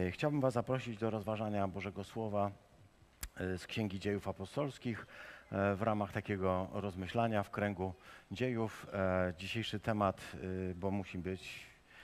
Chciałbym Was zaprosić do rozważania Bożego Słowa z Księgi Dziejów Apostolskich w ramach takiego rozmyślania w kręgu dziejów. Dzisiejszy temat, bo musi być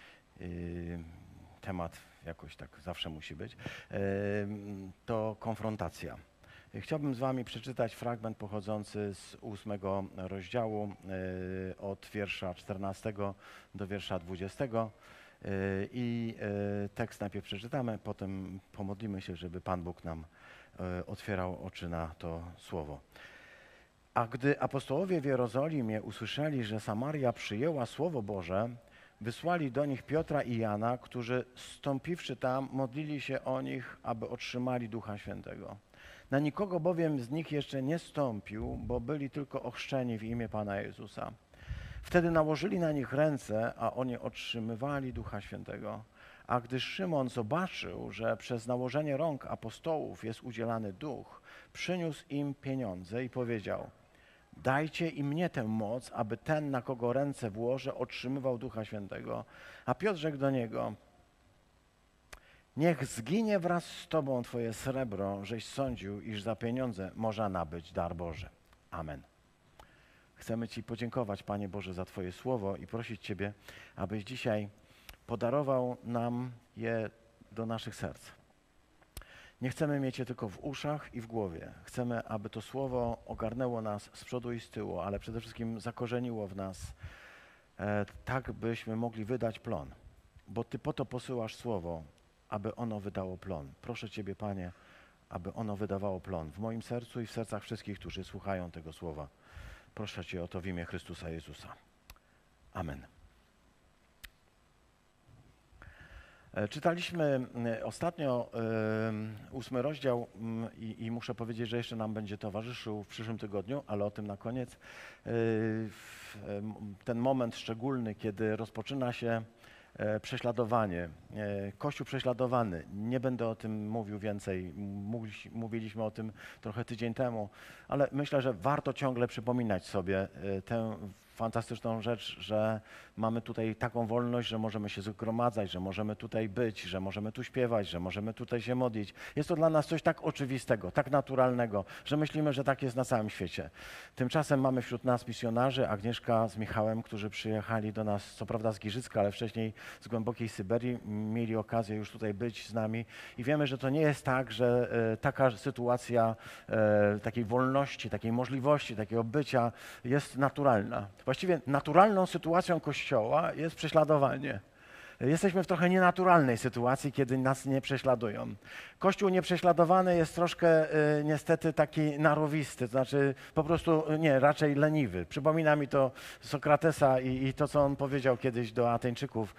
temat, jakoś tak zawsze musi być, to konfrontacja. Chciałbym z Wami przeczytać fragment pochodzący z 8 rozdziału od wiersza 14 do wiersza 20. I tekst najpierw przeczytamy, potem pomodlimy się, żeby Pan Bóg nam otwierał oczy na to słowo. A gdy apostołowie w Jerozolimie usłyszeli, że Samaria przyjęła Słowo Boże, wysłali do nich Piotra i Jana, którzy stąpiwszy tam, modlili się o nich, aby otrzymali Ducha Świętego. Na nikogo bowiem z nich jeszcze nie stąpił, bo byli tylko ochrzczeni w imię Pana Jezusa. Wtedy nałożyli na nich ręce, a oni otrzymywali Ducha Świętego. A gdy Szymon zobaczył, że przez nałożenie rąk apostołów jest udzielany Duch, przyniósł im pieniądze i powiedział: dajcie i mnie tę moc, aby ten, na kogo ręce włożę, otrzymywał Ducha Świętego. A Piotr rzekł do niego: niech zginie wraz z Tobą Twoje srebro, żeś sądził, iż za pieniądze można nabyć dar Boży. Amen. Chcemy Ci podziękować, Panie Boże, za Twoje słowo i prosić Ciebie, abyś dzisiaj podarował nam je do naszych serc. Nie chcemy mieć je tylko w uszach i w głowie. Chcemy, aby to słowo ogarnęło nas z przodu i z tyłu, ale przede wszystkim zakorzeniło w nas, tak byśmy mogli wydać plon. Bo Ty po to posyłasz słowo, aby ono wydało plon. Proszę Ciebie, Panie, aby ono wydawało plon w moim sercu i w sercach wszystkich, którzy słuchają tego słowa. Proszę Cię o to w imię Chrystusa Jezusa. Amen. Czytaliśmy ostatnio 8 rozdział i muszę powiedzieć, że jeszcze nam będzie towarzyszył w przyszłym tygodniu, ale o tym na koniec. Ten moment szczególny, kiedy rozpoczyna się prześladowanie, Kościół prześladowany. Nie będę o tym mówił więcej, mówiliśmy o tym trochę tydzień temu, ale myślę, że warto ciągle przypominać sobie tę fantastyczną rzecz, że mamy tutaj taką wolność, że możemy się zgromadzać, że możemy tutaj być, że możemy tu śpiewać, że możemy tutaj się modlić. Jest to dla nas coś tak oczywistego, tak naturalnego, że myślimy, że tak jest na całym świecie. Tymczasem mamy wśród nas misjonarzy, Agnieszka z Michałem, którzy przyjechali do nas, co prawda z Giżycka, ale wcześniej z głębokiej Syberii, mieli okazję już tutaj być z nami i wiemy, że to nie jest tak, że taka sytuacja takiej wolności, takiej możliwości, takiego bycia jest naturalna. Właściwie naturalną sytuacją Kościoła jest prześladowanie. Jesteśmy w trochę nienaturalnej sytuacji, kiedy nas nie prześladują. Kościół nieprześladowany jest troszkę niestety taki narowisty, to znaczy po prostu nie, raczej leniwy. Przypomina mi to Sokratesa i to, co on powiedział kiedyś do Ateńczyków,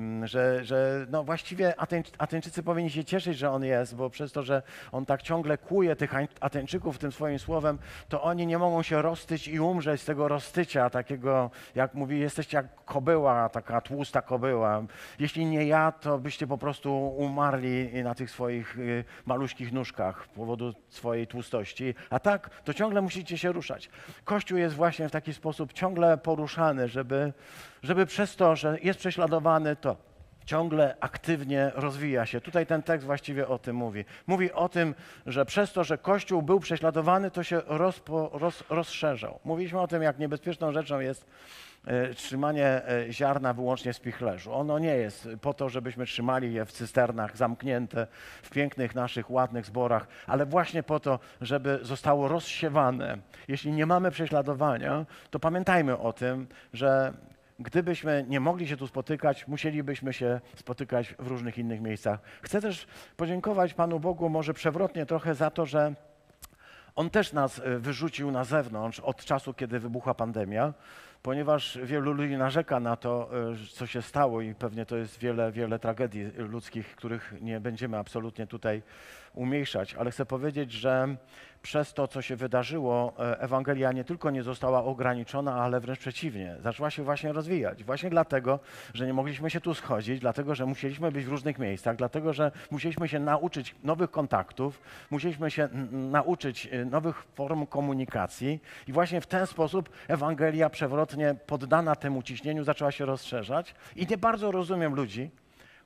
że no właściwie Ateńczycy powinni się cieszyć, że on jest, bo przez to, że on tak ciągle kłuje tych Ateńczyków tym swoim słowem, to oni nie mogą się roztyć i umrzeć z tego roztycia, takiego, jak mówi, jesteście jak kobyła, taka tłusta kobyła. Jeśli nie ja, to byście po prostu umarli na tych swoich maluśkich nóżkach z powodu swojej tłustości. A tak, to ciągle musicie się ruszać. Kościół jest właśnie w taki sposób ciągle poruszany, żeby przez to, że jest prześladowany, to ciągle aktywnie rozwija się. Tutaj ten tekst właściwie o tym mówi. Mówi o tym, że przez to, że Kościół był prześladowany, to się rozszerzał. Mówiliśmy o tym, jak niebezpieczną rzeczą jest trzymanie ziarna wyłącznie w spichlerzu. Ono nie jest po to, żebyśmy trzymali je w cysternach zamknięte, w pięknych naszych ładnych zborach, ale właśnie po to, żeby zostało rozsiewane. Jeśli nie mamy prześladowania, to pamiętajmy o tym, że gdybyśmy nie mogli się tu spotykać, musielibyśmy się spotykać w różnych innych miejscach. Chcę też podziękować Panu Bogu może przewrotnie trochę za to, że On też nas wyrzucił na zewnątrz od czasu, kiedy wybuchła pandemia, ponieważ wielu ludzi narzeka na to, co się stało i pewnie to jest wiele tragedii ludzkich, których nie będziemy absolutnie tutaj umniejszać, ale chcę powiedzieć, że przez to, co się wydarzyło, Ewangelia nie tylko nie została ograniczona, ale wręcz przeciwnie, zaczęła się właśnie rozwijać. Właśnie dlatego, że nie mogliśmy się tu schodzić, dlatego, że musieliśmy być w różnych miejscach, dlatego, że musieliśmy się nauczyć nowych kontaktów, musieliśmy się nauczyć nowych form komunikacji i właśnie w ten sposób Ewangelia przewrotnie poddana temu ciśnieniu zaczęła się rozszerzać. I nie bardzo rozumiem ludzi,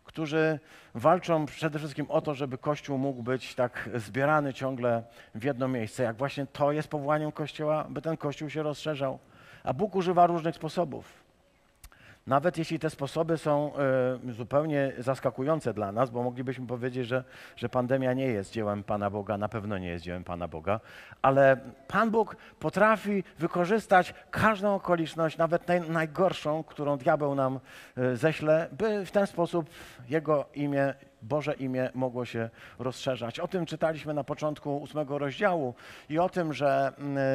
którzy walczą przede wszystkim o to, żeby Kościół mógł być tak zbierany ciągle w jedno miejsce, jak właśnie to jest powołaniem Kościoła, by ten Kościół się rozszerzał. A Bóg używa różnych sposobów. Nawet jeśli te sposoby są zupełnie zaskakujące dla nas, bo moglibyśmy powiedzieć, że pandemia nie jest dziełem Pana Boga, na pewno nie jest dziełem Pana Boga, ale Pan Bóg potrafi wykorzystać każdą okoliczność, nawet najgorszą, którą diabeł nam ześle, by w ten sposób Jego imię, Boże imię mogło się rozszerzać. O tym czytaliśmy na początku 8 rozdziału i o tym, że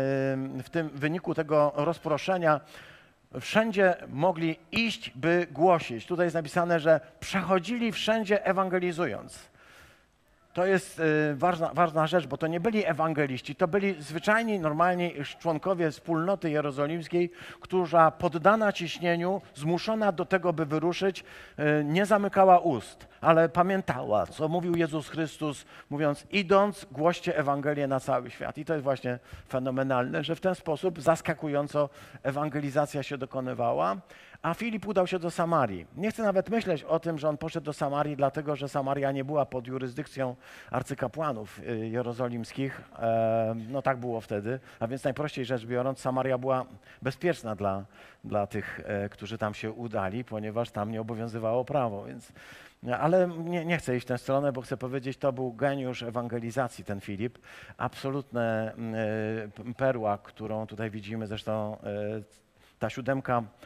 w tym wyniku tego rozproszenia wszędzie mogli iść, by głosić. Tutaj jest napisane, że przechodzili wszędzie ewangelizując. To jest ważna rzecz, bo to nie byli ewangeliści, to byli zwyczajni, normalni członkowie wspólnoty jerozolimskiej, która poddana ciśnieniu, zmuszona do tego, by wyruszyć, nie zamykała ust, ale pamiętała, co mówił Jezus Chrystus, mówiąc, idąc, głoście Ewangelię na cały świat. I to jest właśnie fenomenalne, że w ten sposób zaskakująco ewangelizacja się dokonywała. A Filip udał się do Samarii. Nie chcę nawet myśleć o tym, że on poszedł do Samarii, dlatego że Samaria nie była pod jurysdykcją arcykapłanów jerozolimskich. No tak było wtedy. A więc najprościej rzecz biorąc, Samaria była bezpieczna dla tych, którzy tam się udali, ponieważ tam nie obowiązywało prawo. Więc, ale nie chcę iść w tę stronę, bo chcę powiedzieć, to był geniusz ewangelizacji, ten Filip. Absolutna perła, którą tutaj widzimy. Zresztą ta 7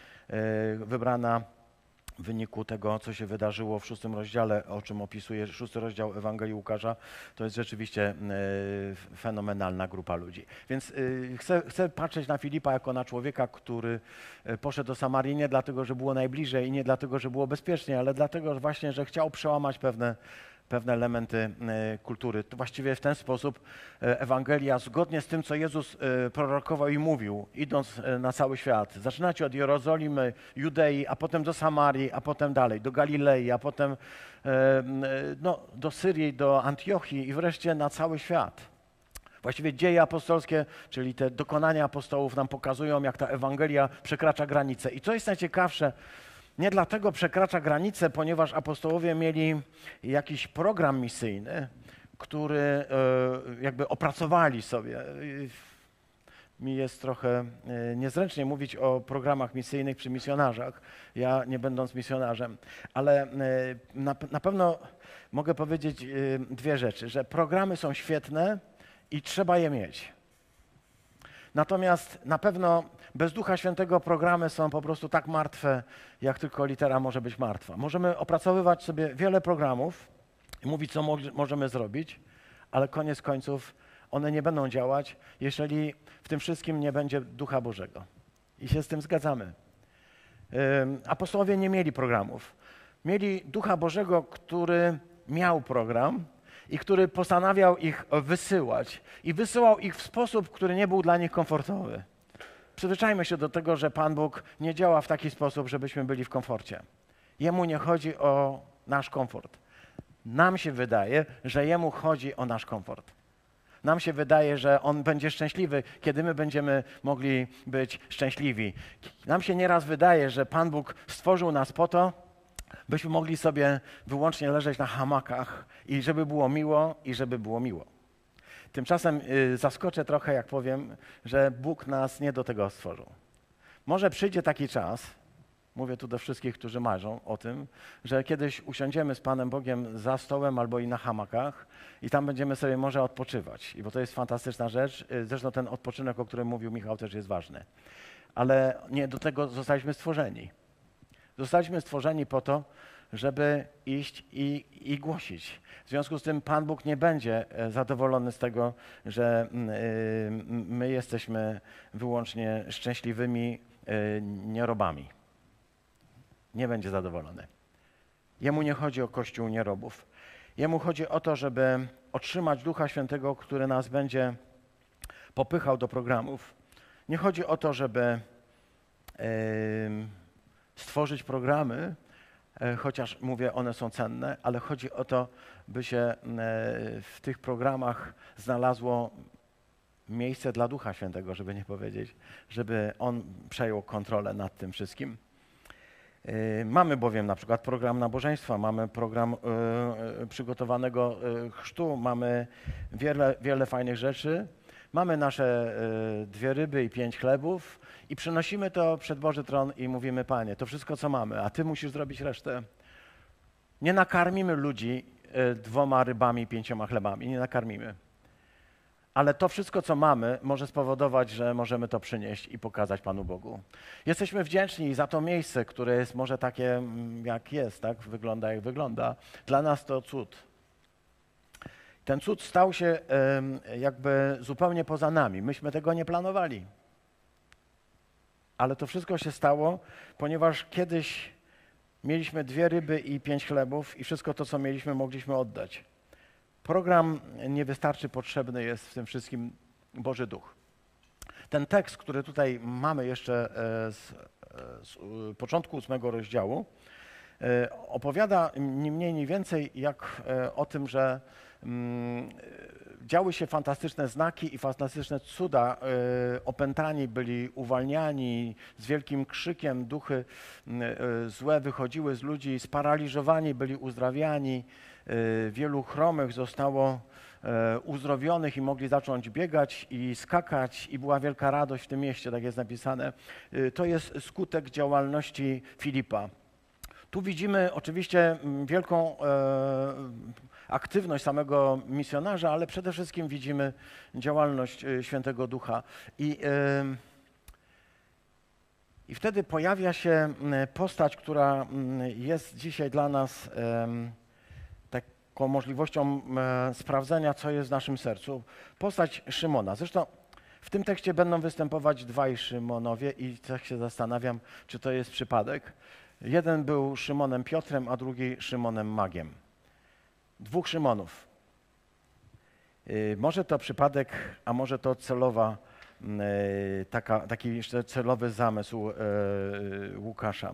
wybrana w wyniku tego, co się wydarzyło w 6 rozdziale, o czym opisuje 6 rozdział Ewangelii Łukasza, to jest rzeczywiście fenomenalna grupa ludzi. Więc chcę patrzeć na Filipa jako na człowieka, który poszedł do Samarii nie dlatego, że było najbliżej i nie dlatego, że było bezpiecznie, ale dlatego właśnie, że chciał przełamać pewne elementy kultury. To właściwie w ten sposób Ewangelia, zgodnie z tym, co Jezus prorokował i mówił, idąc na cały świat. Zaczynacie od Jerozolimy, Judei, a potem do Samarii, a potem dalej, do Galilei, a potem do Syrii, do Antiochii i wreszcie na cały świat. Właściwie dzieje apostolskie, czyli te dokonania apostołów nam pokazują, jak ta Ewangelia przekracza granice. I co jest najciekawsze, nie dlatego przekracza granice, ponieważ apostołowie mieli jakiś program misyjny, który jakby opracowali sobie. Mi jest trochę niezręcznie mówić o programach misyjnych przy misjonarzach, ja nie będąc misjonarzem, ale na pewno mogę powiedzieć dwie rzeczy, że programy są świetne i trzeba je mieć. Natomiast na pewno bez Ducha Świętego programy są po prostu tak martwe, jak tylko litera może być martwa. Możemy opracowywać sobie wiele programów i mówić, co możemy zrobić, ale koniec końców one nie będą działać, jeżeli w tym wszystkim nie będzie Ducha Bożego. I się z tym zgadzamy. Apostołowie nie mieli programów. Mieli Ducha Bożego, który miał program i który postanawiał ich wysyłać. I wysyłał ich w sposób, który nie był dla nich komfortowy. Przyzwyczajmy się do tego, że Pan Bóg nie działa w taki sposób, żebyśmy byli w komforcie. Jemu nie chodzi o nasz komfort. Nam się wydaje, że Jemu chodzi o nasz komfort. Nam się wydaje, że On będzie szczęśliwy, kiedy my będziemy mogli być szczęśliwi. Nam się nieraz wydaje, że Pan Bóg stworzył nas po to, byśmy mogli sobie wyłącznie leżeć na hamakach i żeby było miło, i żeby było miło. Tymczasem zaskoczę trochę, jak powiem, że Bóg nas nie do tego stworzył. Może przyjdzie taki czas, mówię tu do wszystkich, którzy marzą o tym, że kiedyś usiądziemy z Panem Bogiem za stołem albo i na hamakach i tam będziemy sobie może odpoczywać. Bo to jest fantastyczna rzecz. Zresztą ten odpoczynek, o którym mówił Michał, też jest ważny. Ale nie do tego zostaliśmy stworzeni. Zostaliśmy stworzeni po to, żeby iść i głosić. W związku z tym Pan Bóg nie będzie zadowolony z tego, że my jesteśmy wyłącznie szczęśliwymi nierobami. Nie będzie zadowolony. Jemu nie chodzi o Kościół nierobów. Jemu chodzi o to, żeby otrzymać Ducha Świętego, który nas będzie popychał do programów. Nie chodzi o to, żeby stworzyć programy, chociaż mówię, one są cenne, ale chodzi o to, by się w tych programach znalazło miejsce dla Ducha Świętego, żeby nie powiedzieć, żeby On przejął kontrolę nad tym wszystkim. Mamy bowiem na przykład program nabożeństwa, mamy program przygotowanego chrztu, mamy wiele fajnych rzeczy. Mamy nasze 2 ryby i 5 chlebów i przynosimy to przed Boży tron i mówimy: Panie, to wszystko co mamy, a Ty musisz zrobić resztę. Nie nakarmimy ludzi 2 rybami i 5 chlebami, nie nakarmimy. Ale to wszystko, co mamy, może spowodować, że możemy to przynieść i pokazać Panu Bogu. Jesteśmy wdzięczni za to miejsce, które jest może takie, jak jest, tak? Wygląda, jak wygląda. Dla nas to cud. Ten cud stał się jakby zupełnie poza nami. Myśmy tego nie planowali. Ale to wszystko się stało, ponieważ kiedyś mieliśmy 2 ryby i 5 chlebów i wszystko to, co mieliśmy, mogliśmy oddać. Program nie wystarczy, potrzebny jest w tym wszystkim Boży Duch. Ten tekst, który tutaj mamy jeszcze z początku 8 rozdziału, opowiada ni mniej, ni więcej jak o tym, że działy się fantastyczne znaki i fantastyczne cuda. Opętani byli uwalniani, z wielkim krzykiem duchy złe wychodziły z ludzi, sparaliżowani byli uzdrawiani, wielu chromych zostało uzdrowionych i mogli zacząć biegać i skakać i była wielka radość w tym mieście, tak jest napisane. To jest skutek działalności Filipa. Tu widzimy oczywiście wielką aktywność samego misjonarza, ale przede wszystkim widzimy działalność Świętego Ducha. I wtedy pojawia się postać, która jest dzisiaj dla nas taką możliwością sprawdzenia, co jest w naszym sercu. Postać Szymona. Zresztą w tym tekście będą występować 2 Szymonowie i tak się zastanawiam, czy to jest przypadek. Jeden był Szymonem Piotrem, a drugi Szymonem Magiem. 2 Szymonów. Może to przypadek, a może to taki jeszcze celowy zamysł Łukasza.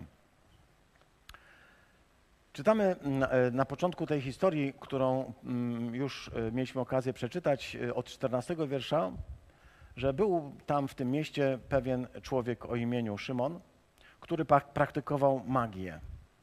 Czytamy na początku tej historii, którą już mieliśmy okazję przeczytać od 14 wiersza, że był tam w tym mieście pewien człowiek o imieniu Szymon, który praktykował magię.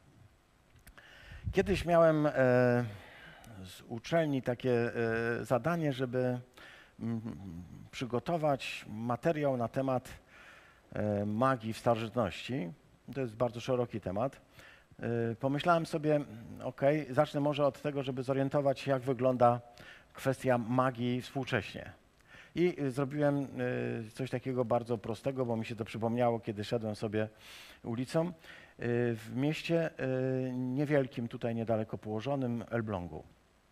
Kiedyś miałem z uczelni takie zadanie, żeby przygotować materiał na temat magii w starożytności. To jest bardzo szeroki temat. Pomyślałem sobie, zacznę może od tego, żeby zorientować się, jak wygląda kwestia magii współcześnie. I zrobiłem coś takiego bardzo prostego, bo mi się to przypomniało, kiedy szedłem sobie ulicą w mieście niewielkim, tutaj niedaleko położonym, Elblągu.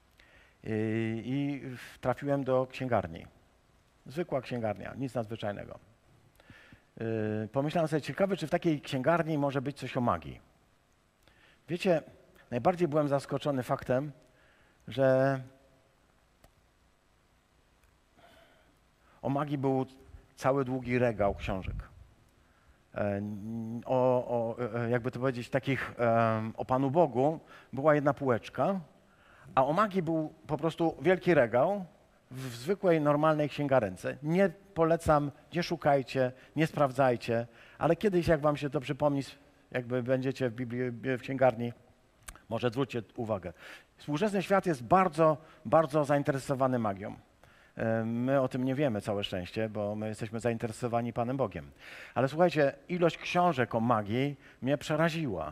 I trafiłem do księgarni. Zwykła księgarnia, nic nadzwyczajnego. Pomyślałem sobie, ciekawe, czy w takiej księgarni może być coś o magii. Wiecie, najbardziej byłem zaskoczony faktem, że o magii był cały długi regał książek. Jakby to powiedzieć, takich o Panu Bogu była jedna półeczka, a o magii był po prostu wielki regał w zwykłej, normalnej księgarence. Nie polecam, nie szukajcie, nie sprawdzajcie, ale kiedyś, jak wam się to przypomni, jakby będziecie w księgarni, może zwróćcie uwagę. Współczesny świat jest bardzo, bardzo zainteresowany magią. My o tym nie wiemy, całe szczęście, bo my jesteśmy zainteresowani Panem Bogiem. Ale słuchajcie, ilość książek o magii mnie przeraziła.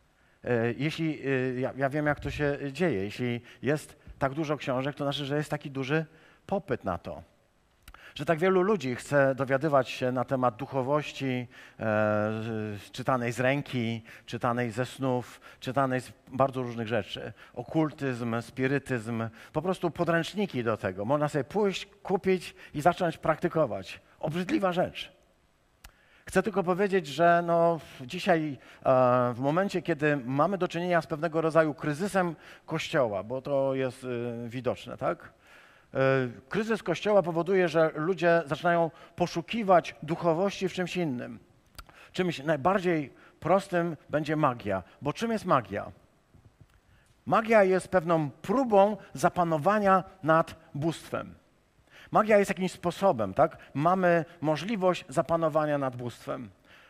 Ja wiem, jak to się dzieje. Jeśli jest tak dużo książek, to znaczy, że jest taki duży popyt na to. Że tak wielu ludzi chce dowiadywać się na temat duchowości, czytanej z ręki, czytanej ze snów, czytanej z bardzo różnych rzeczy. Okultyzm, spirytyzm, po prostu podręczniki do tego. Można sobie pójść, kupić i zacząć praktykować. Obrzydliwa rzecz. Chcę tylko powiedzieć, że dzisiaj w momencie, kiedy mamy do czynienia z pewnego rodzaju kryzysem Kościoła, bo to jest widoczne, tak? Kryzys Kościoła powoduje, że ludzie zaczynają poszukiwać duchowości w czymś innym. Czymś najbardziej prostym będzie magia. Bo czym jest magia? Magia jest pewną próbą zapanowania nad bóstwem. Magia jest jakimś sposobem, tak? Mamy możliwość zapanowania nad bóstwem.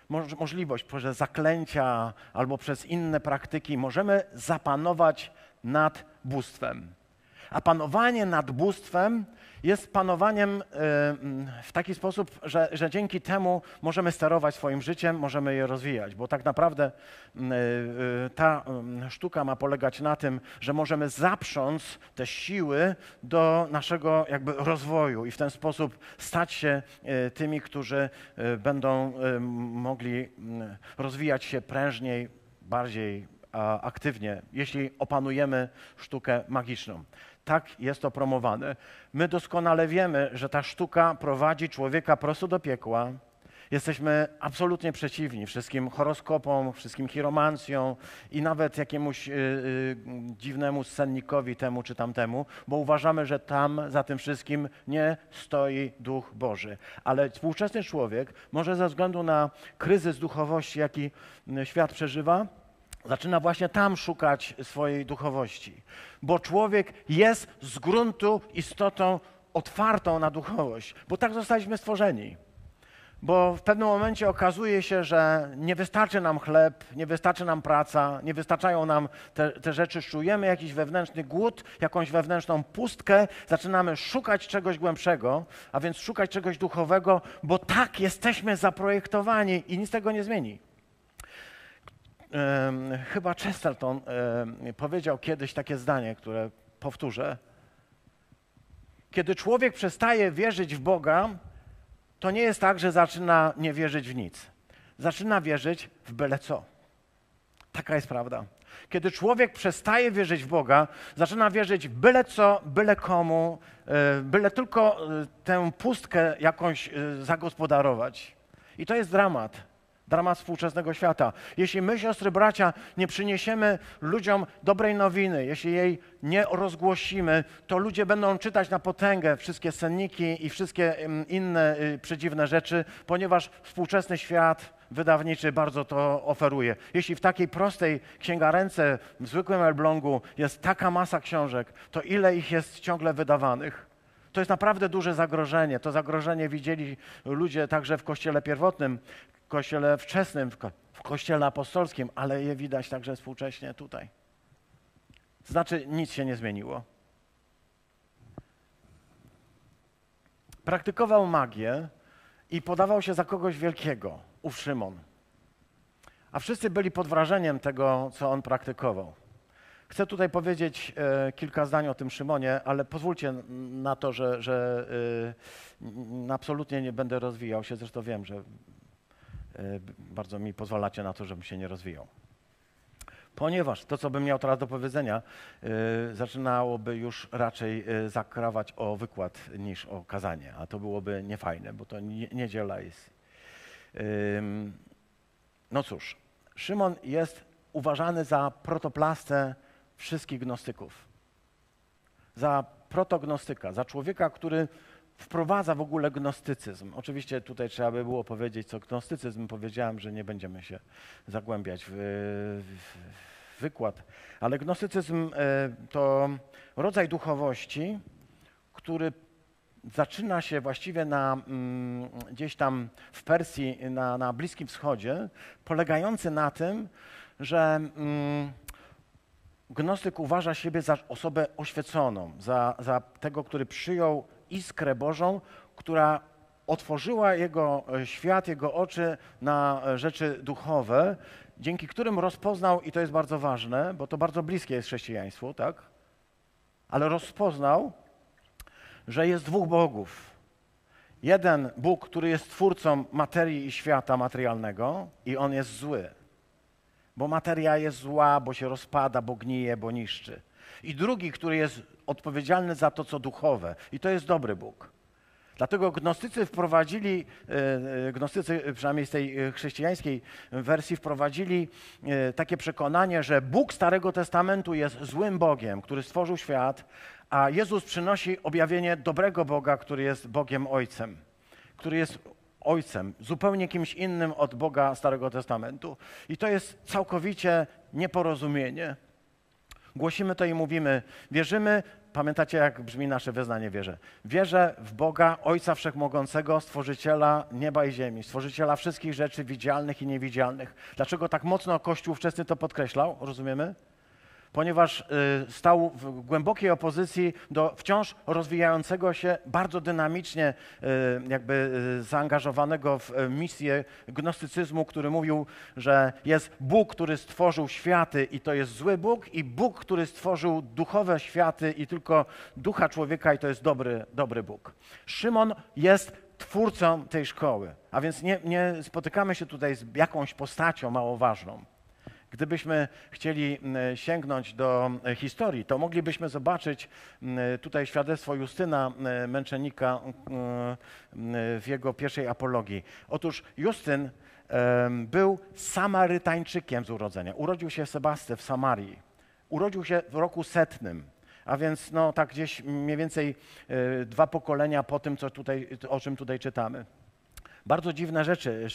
możliwość przez zaklęcia albo przez inne praktyki możemy zapanować nad bóstwem. A panowanie nad bóstwem jest panowaniem w taki sposób, że dzięki temu możemy sterować swoim życiem, możemy je rozwijać, bo tak naprawdę ta sztuka ma polegać na tym, że możemy zaprząc te siły do naszego jakby rozwoju i w ten sposób stać się tymi, którzy będą mogli rozwijać się prężniej, bardziej aktywnie, jeśli opanujemy sztukę magiczną. Tak jest to promowane. My doskonale wiemy, że ta sztuka prowadzi człowieka prosto do piekła. Jesteśmy absolutnie przeciwni wszystkim horoskopom, wszystkim chiromancjom i nawet jakiemuś dziwnemu scennikowi temu czy tamtemu, bo uważamy, że tam za tym wszystkim nie stoi Duch Boży. Ale współczesny człowiek może ze względu na kryzys duchowości, jaki świat przeżywa, zaczyna właśnie tam szukać swojej duchowości, bo człowiek jest z gruntu istotą otwartą na duchowość, bo tak zostaliśmy stworzeni. Bo w pewnym momencie okazuje się, że nie wystarczy nam chleb, nie wystarczy nam praca, nie wystarczają nam te rzeczy, czujemy jakiś wewnętrzny głód, jakąś wewnętrzną pustkę, zaczynamy szukać czegoś głębszego, a więc szukać czegoś duchowego, bo tak jesteśmy zaprojektowani i nic tego nie zmieni. Chyba Chesterton powiedział kiedyś takie zdanie, które powtórzę. Kiedy człowiek przestaje wierzyć w Boga, to nie jest tak, że zaczyna nie wierzyć w nic. Zaczyna wierzyć w byle co. Taka jest prawda. Kiedy człowiek przestaje wierzyć w Boga, zaczyna wierzyć w byle co, byle komu, byle tylko tę pustkę jakąś zagospodarować. I to jest dramat. Dramat współczesnego świata. Jeśli my, siostry, bracia, nie przyniesiemy ludziom dobrej nowiny, jeśli jej nie rozgłosimy, to ludzie będą czytać na potęgę wszystkie senniki i wszystkie inne przedziwne rzeczy, ponieważ współczesny świat wydawniczy bardzo to oferuje. Jeśli w takiej prostej księgarence, w zwykłym Elblągu jest taka masa książek, to ile ich jest ciągle wydawanych? To jest naprawdę duże zagrożenie. To zagrożenie widzieli ludzie także w Kościele pierwotnym, w Kościele wczesnym, w Kościele apostolskim, ale je widać także współcześnie tutaj. Znaczy, nic się nie zmieniło. Praktykował magię i podawał się za kogoś wielkiego, ów Szymon. A wszyscy byli pod wrażeniem tego, co on praktykował. Chcę tutaj powiedzieć kilka zdań o tym Szymonie, ale pozwólcie na to, że absolutnie nie będę rozwijał się. Zresztą wiem, że bardzo mi pozwalacie na to, żebym się nie rozwijał. Ponieważ to, co bym miał teraz do powiedzenia, zaczynałoby już raczej zakrawać o wykład niż o kazanie, a to byłoby niefajne, bo to niedziela jest. No cóż, Szymon jest uważany za protoplastę wszystkich gnostyków. Za protognostyka, za człowieka, który wprowadza w ogóle gnostycyzm. Oczywiście tutaj trzeba by było powiedzieć, co gnostycyzm. Powiedziałem, że nie będziemy się zagłębiać w wykład, ale gnostycyzm to rodzaj duchowości, który zaczyna się właściwie gdzieś tam w Persji, na Bliskim Wschodzie, polegający na tym, że gnostyk uważa siebie za osobę oświeconą, za tego, który przyjął iskrę Bożą, która otworzyła jego świat, jego oczy na rzeczy duchowe, dzięki którym rozpoznał, i to jest bardzo ważne, bo to bardzo bliskie jest chrześcijaństwu, tak? Ale rozpoznał, że jest dwóch bogów. Jeden Bóg, który jest twórcą materii i świata materialnego i on jest zły, bo materia jest zła, bo się rozpada, bo gnije, bo niszczy. I drugi, który jest odpowiedzialny za to, co duchowe i to jest dobry Bóg. Dlatego gnostycy wprowadzili, przynajmniej z tej chrześcijańskiej wersji, wprowadzili takie przekonanie, że Bóg Starego Testamentu jest złym Bogiem, który stworzył świat, a Jezus przynosi objawienie dobrego Boga, który jest Bogiem Ojcem, który jest Ojcem, zupełnie kimś innym od Boga Starego Testamentu. I to jest całkowicie nieporozumienie. Głosimy to i mówimy, wierzymy pamiętacie jak brzmi nasze wyznanie wierze? Wierzę w Boga, Ojca Wszechmogącego, Stworzyciela nieba i ziemi, Stworzyciela wszystkich rzeczy widzialnych i niewidzialnych. Dlaczego tak mocno Kościół wczesny to podkreślał? Rozumiemy? Ponieważ stał w głębokiej opozycji do wciąż rozwijającego się, bardzo dynamicznie zaangażowanego w misję gnostycyzmu, który mówił, że jest Bóg, który stworzył światy i to jest zły Bóg, i Bóg, który stworzył duchowe światy i tylko ducha człowieka i to jest dobry Bóg. Szymon jest twórcą tej szkoły, a więc nie spotykamy się tutaj z jakąś postacią mało ważną. Gdybyśmy chcieli sięgnąć do historii, to moglibyśmy zobaczyć tutaj świadectwo Justyna Męczennika w jego pierwszej apologii. Otóż Justyn był Samarytańczykiem z urodzenia. Urodził się w Sebaste w Samarii. Urodził się w roku 100. A więc no, tak gdzieś mniej więcej 2 pokolenia po tym, o czym tutaj czytamy. Bardzo dziwne rzeczy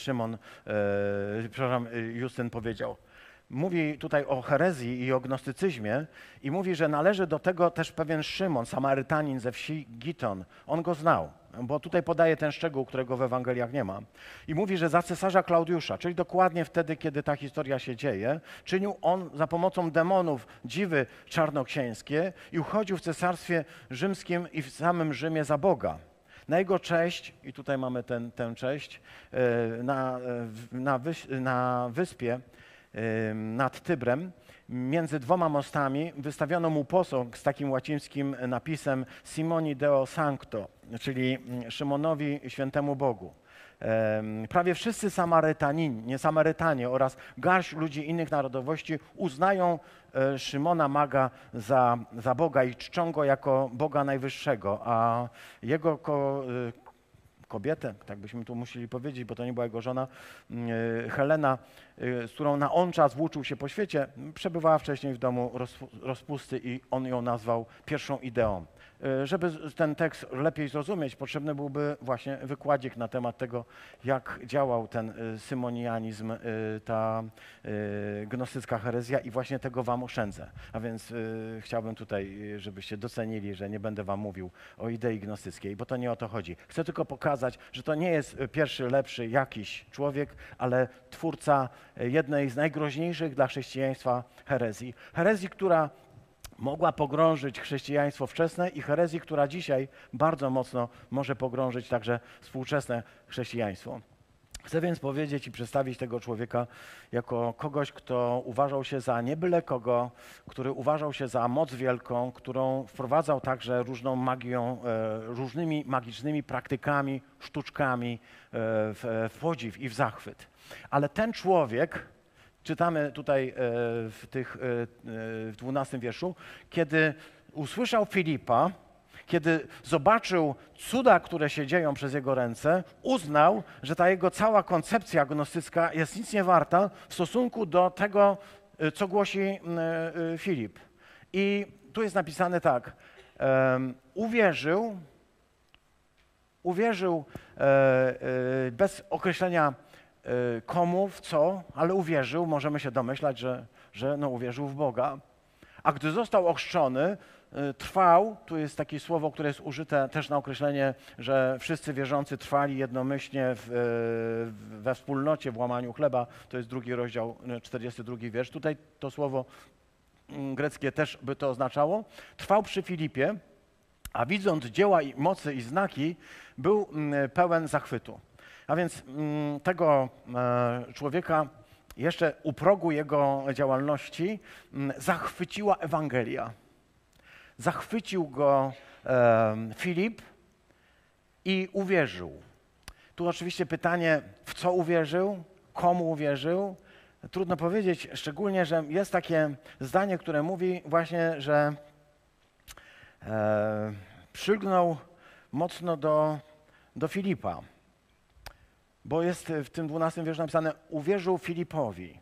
Justyn powiedział. Mówi tutaj o herezji i o gnostycyzmie i mówi, że należy do tego też pewien Szymon, Samarytanin ze wsi Giton. On go znał, bo tutaj podaje ten szczegół, którego w Ewangeliach nie ma. I mówi, że za cesarza Klaudiusza, czyli dokładnie wtedy, kiedy ta historia się dzieje, czynił on za pomocą demonów dziwy czarnoksięskie i uchodził w cesarstwie rzymskim i w samym Rzymie za Boga. Na jego cześć, i tutaj mamy tę cześć, na wyspie nad Tybrem, między 2 mostami, wystawiono mu posąg z takim łacińskim napisem Simoni Deo Sancto, czyli Szymonowi Świętemu Bogu. Prawie wszyscy Samarytanie oraz garść ludzi innych narodowości uznają Szymona Maga za Boga i czczą go jako Boga Najwyższego, a jego kobietę, tak byśmy tu musieli powiedzieć, bo to nie była jego żona, Helena, z którą na on czas włóczył się po świecie, przebywała wcześniej w domu rozpusty i on ją nazwał pierwszą ideą. Żeby ten tekst lepiej zrozumieć, potrzebny byłby właśnie wykładzik na temat tego, jak działał ten symonianizm, ta gnostycka herezja i właśnie tego wam oszczędzę. A więc chciałbym tutaj, żebyście docenili, że nie będę wam mówił o idei gnostyckiej, bo to nie o to chodzi. Chcę tylko pokazać, że to nie jest pierwszy, lepszy jakiś człowiek, ale twórca jednej z najgroźniejszych dla chrześcijaństwa herezji. Herezji, która mogła pogrążyć chrześcijaństwo wczesne i herezji, która dzisiaj bardzo mocno może pogrążyć także współczesne chrześcijaństwo. Chcę więc powiedzieć i przedstawić tego człowieka jako kogoś, kto uważał się za nie byle kogo, który uważał się za moc wielką, którą wprowadzał także różną magią, różnymi magicznymi praktykami, sztuczkami w podziw i w zachwyt. Ale ten człowiek, czytamy tutaj w 12 wierszu, kiedy usłyszał Filipa, kiedy zobaczył cuda, które się dzieją przez jego ręce, uznał, że ta jego cała koncepcja gnostycka jest nic nie warta w stosunku do tego, co głosi Filip. I tu jest napisane tak, uwierzył bez określenia komu, w co, ale uwierzył, możemy się domyślać, że uwierzył w Boga. A gdy został ochrzczony, trwał, tu jest takie słowo, które jest użyte też na określenie, że wszyscy wierzący trwali jednomyślnie we wspólnocie, w łamaniu chleba, to jest 2 rozdział, 42 wiersz. Tutaj to słowo greckie też by to oznaczało. Trwał przy Filipie, a widząc dzieła i mocy i znaki, był pełen zachwytu. A więc tego człowieka jeszcze u progu jego działalności zachwyciła Ewangelia. Zachwycił go Filip i uwierzył. Tu oczywiście pytanie, w co uwierzył, komu uwierzył. Trudno powiedzieć, szczególnie, że jest takie zdanie, które mówi właśnie, że przylgnął mocno do Filipa. Bo jest w tym 12 wierszu napisane, uwierzył Filipowi.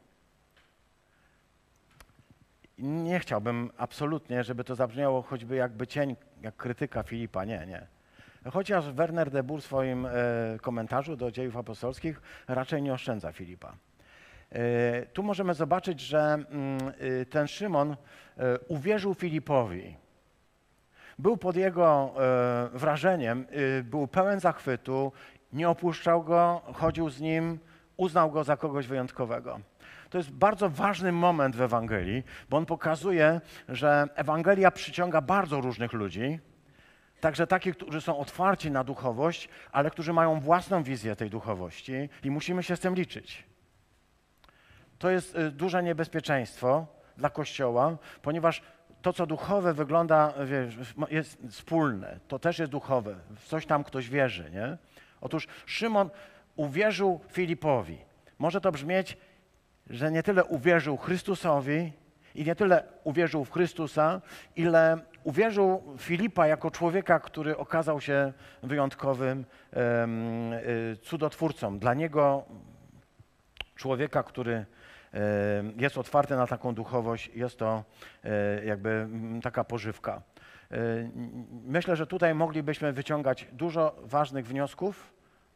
Nie chciałbym absolutnie, żeby to zabrzmiało choćby jakby cień, jak krytyka Filipa. Nie. Chociaż Werner de Boer w swoim komentarzu do Dziejów Apostolskich raczej nie oszczędza Filipa. Tu możemy zobaczyć, że ten Szymon uwierzył Filipowi. Był pod jego wrażeniem, był pełen zachwytu, nie opuszczał go, chodził z nim, uznał go za kogoś wyjątkowego. To jest bardzo ważny moment w Ewangelii, bo on pokazuje, że Ewangelia przyciąga bardzo różnych ludzi, także takich, którzy są otwarci na duchowość, ale którzy mają własną wizję tej duchowości i musimy się z tym liczyć. To jest duże niebezpieczeństwo dla Kościoła, ponieważ to, co duchowe wygląda, wiesz, jest wspólne, to też jest duchowe, w coś tam ktoś wierzy, nie? Otóż Szymon uwierzył Filipowi. Może to brzmieć, że nie tyle uwierzył Chrystusowi i nie tyle uwierzył w Chrystusa, ile uwierzył Filipa jako człowieka, który okazał się wyjątkowym cudotwórcą. Dla niego człowieka, który jest otwarty na taką duchowość, jest to jakby taka pożywka. Myślę, że tutaj moglibyśmy wyciągać dużo ważnych wniosków,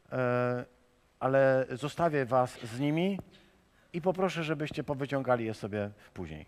ale zostawię was z nimi i poproszę, żebyście powyciągali je sobie później,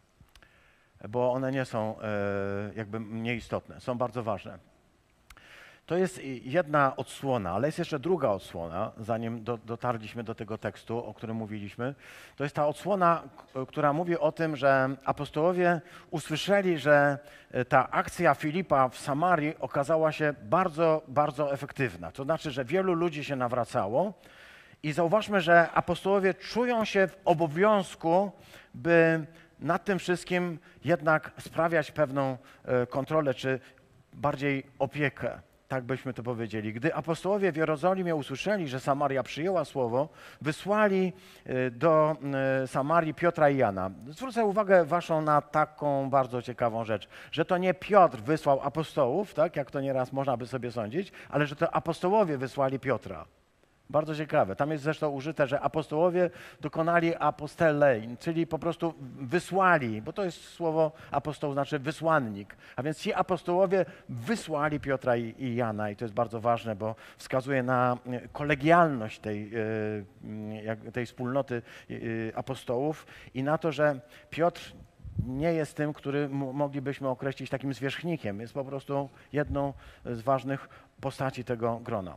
bo one nie są jakby nieistotne, są bardzo ważne. To jest jedna odsłona, ale jest jeszcze druga odsłona, zanim dotarliśmy do tego tekstu, o którym mówiliśmy. To jest ta odsłona, która mówi o tym, że apostołowie usłyszeli, że ta akcja Filipa w Samarii okazała się bardzo, bardzo efektywna. To znaczy, że wielu ludzi się nawracało i zauważmy, że apostołowie czują się w obowiązku, by nad tym wszystkim jednak sprawiać pewną kontrolę, czy bardziej opiekę. Tak byśmy to powiedzieli. Gdy apostołowie w Jerozolimie usłyszeli, że Samaria przyjęła słowo, wysłali do Samarii Piotra i Jana. Zwrócę uwagę waszą na taką bardzo ciekawą rzecz, że to nie Piotr wysłał apostołów, tak jak to nieraz można by sobie sądzić, ale że to apostołowie wysłali Piotra. Bardzo ciekawe. Tam jest zresztą użyte, że apostołowie dokonali apostelein, czyli po prostu wysłali, bo to jest słowo apostoł, znaczy wysłannik. A więc ci apostołowie wysłali Piotra i Jana i to jest bardzo ważne, bo wskazuje na kolegialność tej wspólnoty apostołów i na to, że Piotr nie jest tym, który moglibyśmy określić takim zwierzchnikiem. Jest po prostu jedną z ważnych postaci tego grona.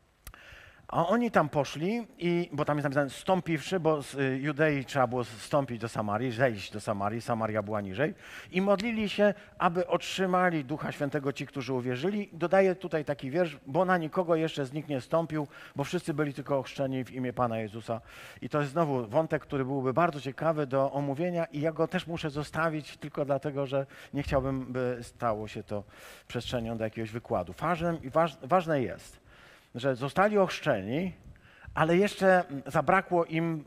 A oni tam poszli, bo tam jest napisane stąpiwszy, bo z Judei trzeba było zstąpić do Samarii, zejść do Samarii, Samaria była niżej, i modlili się, aby otrzymali Ducha Świętego ci, którzy uwierzyli. Dodaję tutaj taki wiersz, bo na nikogo jeszcze z nich nie stąpił, bo wszyscy byli tylko ochrzczeni w imię Pana Jezusa. I to jest znowu wątek, który byłby bardzo ciekawy do omówienia i ja go też muszę zostawić tylko dlatego, że nie chciałbym, by stało się to przestrzenią do jakiegoś wykładu. Ważne jest, że zostali ochrzczeni, ale jeszcze zabrakło im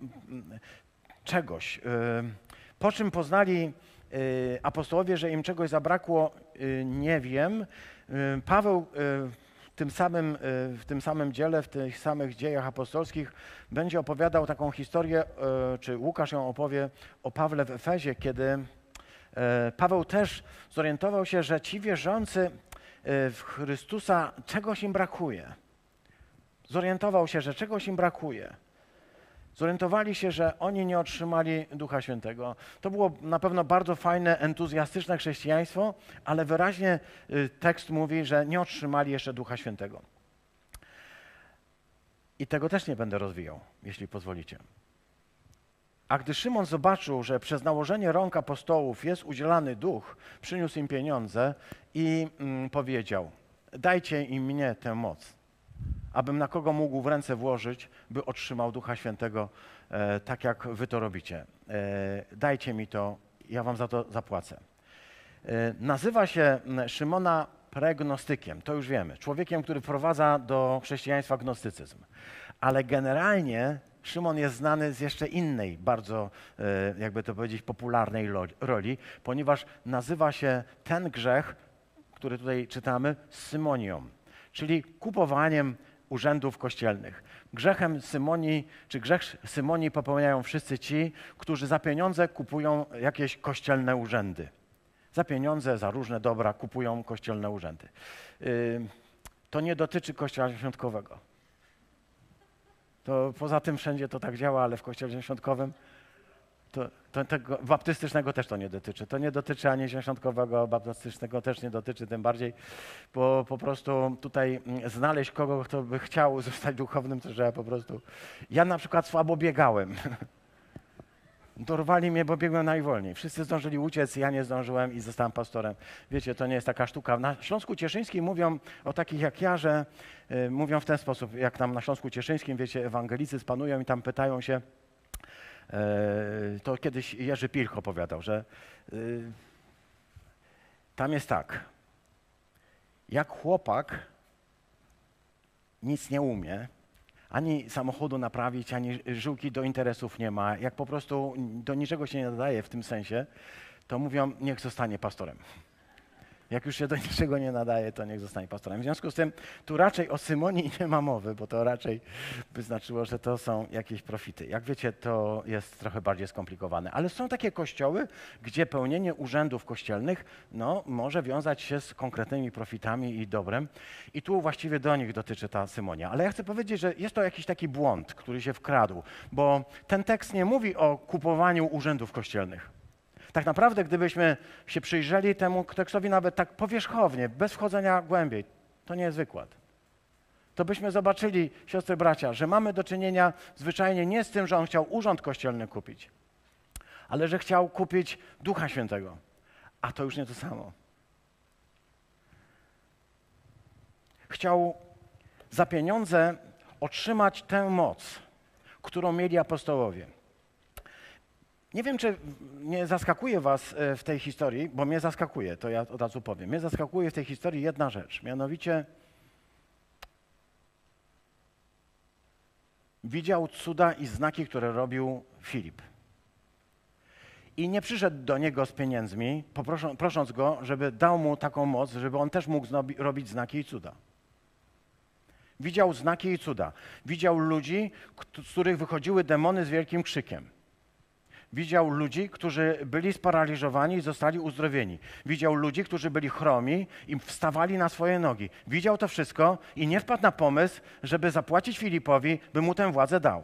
czegoś. Po czym poznali apostołowie, że im czegoś zabrakło, nie wiem. Paweł w tym samym dziele, w tych samych dziejach apostolskich będzie opowiadał taką historię, czy Łukasz ją opowie o Pawle w Efezie, kiedy Paweł też zorientował się, że ci wierzący w Chrystusa czegoś im brakuje. Zorientował się, że czegoś im brakuje. Zorientowali się, że oni nie otrzymali Ducha Świętego. To było na pewno bardzo fajne, entuzjastyczne chrześcijaństwo, ale wyraźnie tekst mówi, że nie otrzymali jeszcze Ducha Świętego. I tego też nie będę rozwijał, jeśli pozwolicie. A gdy Szymon zobaczył, że przez nałożenie rąk apostołów jest udzielany Duch, przyniósł im pieniądze i powiedział: dajcie im mnie tę moc, abym na kogo mógł w ręce włożyć, by otrzymał Ducha Świętego, tak jak wy to robicie. Dajcie mi to, ja wam za to zapłacę. Nazywa się Szymona pregnostykiem, to już wiemy. Człowiekiem, który wprowadza do chrześcijaństwa gnostycyzm. Ale generalnie Szymon jest znany z jeszcze innej, bardzo, jakby to powiedzieć, popularnej roli, ponieważ nazywa się ten grzech, który tutaj czytamy, symonią, czyli kupowaniem urzędów kościelnych. Grzechem symonii, czy grzech symonii popełniają wszyscy ci, którzy za pieniądze kupują jakieś kościelne urzędy. Za pieniądze, za różne dobra kupują kościelne urzędy. To nie dotyczy Kościoła Świątkowego. To poza tym wszędzie to tak działa, ale w Kościele Świątkowym To tego baptystycznego też to nie dotyczy. To nie dotyczy ani świątkowego, baptystycznego też nie dotyczy, tym bardziej, bo po prostu tutaj znaleźć kogo, kto by chciał zostać duchownym, to trzeba po prostu... Ja na przykład słabo biegałem. Dorwali mnie, bo biegłem najwolniej. Wszyscy zdążyli uciec, ja nie zdążyłem i zostałem pastorem. Wiecie, to nie jest taka sztuka. Na Śląsku Cieszyńskim mówią o takich jak ja, że mówią w ten sposób, jak tam na Śląsku Cieszyńskim, wiecie, ewangelicy panują i tam pytają się, to kiedyś Jerzy Pilch opowiadał, że tam jest tak, jak chłopak nic nie umie, ani samochodu naprawić, ani żyłki do interesów nie ma, jak po prostu do niczego się nie nadaje w tym sensie, to mówią, niech zostanie pastorem. Jak już się do niczego nie nadaje, to niech zostanie pastorem. W związku z tym tu raczej o symonii nie ma mowy, bo to raczej by znaczyło, że to są jakieś profity. Jak wiecie, to jest trochę bardziej skomplikowane. Ale są takie kościoły, gdzie pełnienie urzędów kościelnych może wiązać się z konkretnymi profitami i dobrem. I tu właściwie do nich dotyczy ta symonia. Ale ja chcę powiedzieć, że jest to jakiś taki błąd, który się wkradł, bo ten tekst nie mówi o kupowaniu urzędów kościelnych. Tak naprawdę, gdybyśmy się przyjrzeli temu tekstowi nawet tak powierzchownie, bez wchodzenia głębiej, to nie jest wykład. To byśmy zobaczyli, siostry, bracia, że mamy do czynienia zwyczajnie nie z tym, że on chciał urząd kościelny kupić, ale że chciał kupić Ducha Świętego. A to już nie to samo. Chciał za pieniądze otrzymać tę moc, którą mieli apostołowie. Nie wiem, czy nie zaskakuje was w tej historii, bo mnie zaskakuje, to ja od razu powiem. Mnie zaskakuje w tej historii jedna rzecz, mianowicie widział cuda i znaki, które robił Filip. I nie przyszedł do niego z pieniędzmi, prosząc go, żeby dał mu taką moc, żeby on też mógł robić znaki i cuda. Widział znaki i cuda. Widział ludzi, z których wychodziły demony z wielkim krzykiem. Widział ludzi, którzy byli sparaliżowani i zostali uzdrowieni. Widział ludzi, którzy byli chromi i wstawali na swoje nogi. Widział to wszystko i nie wpadł na pomysł, żeby zapłacić Filipowi, by mu tę władzę dał.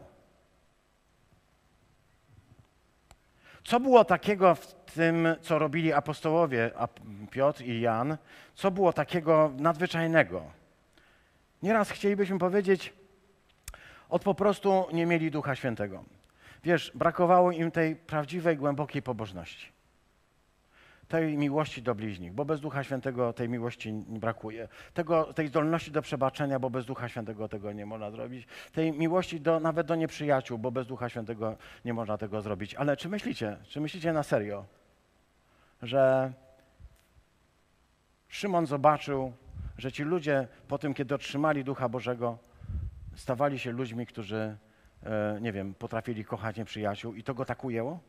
Co było takiego w tym, co robili apostołowie, Piotr i Jan? Co było takiego nadzwyczajnego? Nieraz chcielibyśmy powiedzieć, po prostu nie mieli Ducha Świętego. Wiesz, brakowało im tej prawdziwej, głębokiej pobożności. Tej miłości do bliźnich, bo bez Ducha Świętego tej miłości nie brakuje. Tej zdolności do przebaczenia, bo bez Ducha Świętego tego nie można zrobić. Tej miłości nawet do nieprzyjaciół, bo bez Ducha Świętego nie można tego zrobić. Ale czy myślicie na serio, że Szymon zobaczył, że ci ludzie po tym, kiedy otrzymali Ducha Bożego, stawali się ludźmi, którzy potrafili kochać nieprzyjaciół i to go tak ujęło?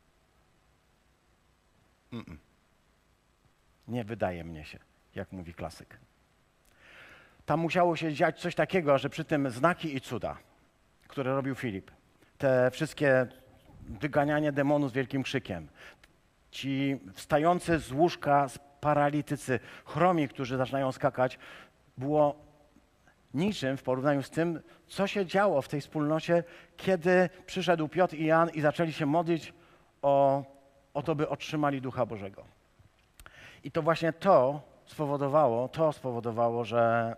Nie wydaje mnie się, jak mówi klasyk. Tam musiało się dziać coś takiego, że przy tym znaki i cuda, które robił Filip, te wszystkie wyganianie demonów z wielkim krzykiem, ci wstający z łóżka paralitycy, chromi, którzy zaczynają skakać, było niczym w porównaniu z tym, co się działo w tej wspólnocie, kiedy przyszedł Piotr i Jan i zaczęli się modlić o to, by otrzymali Ducha Bożego. I to właśnie to spowodowało, że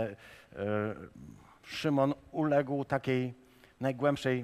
Szymon uległ takiej najgłębszej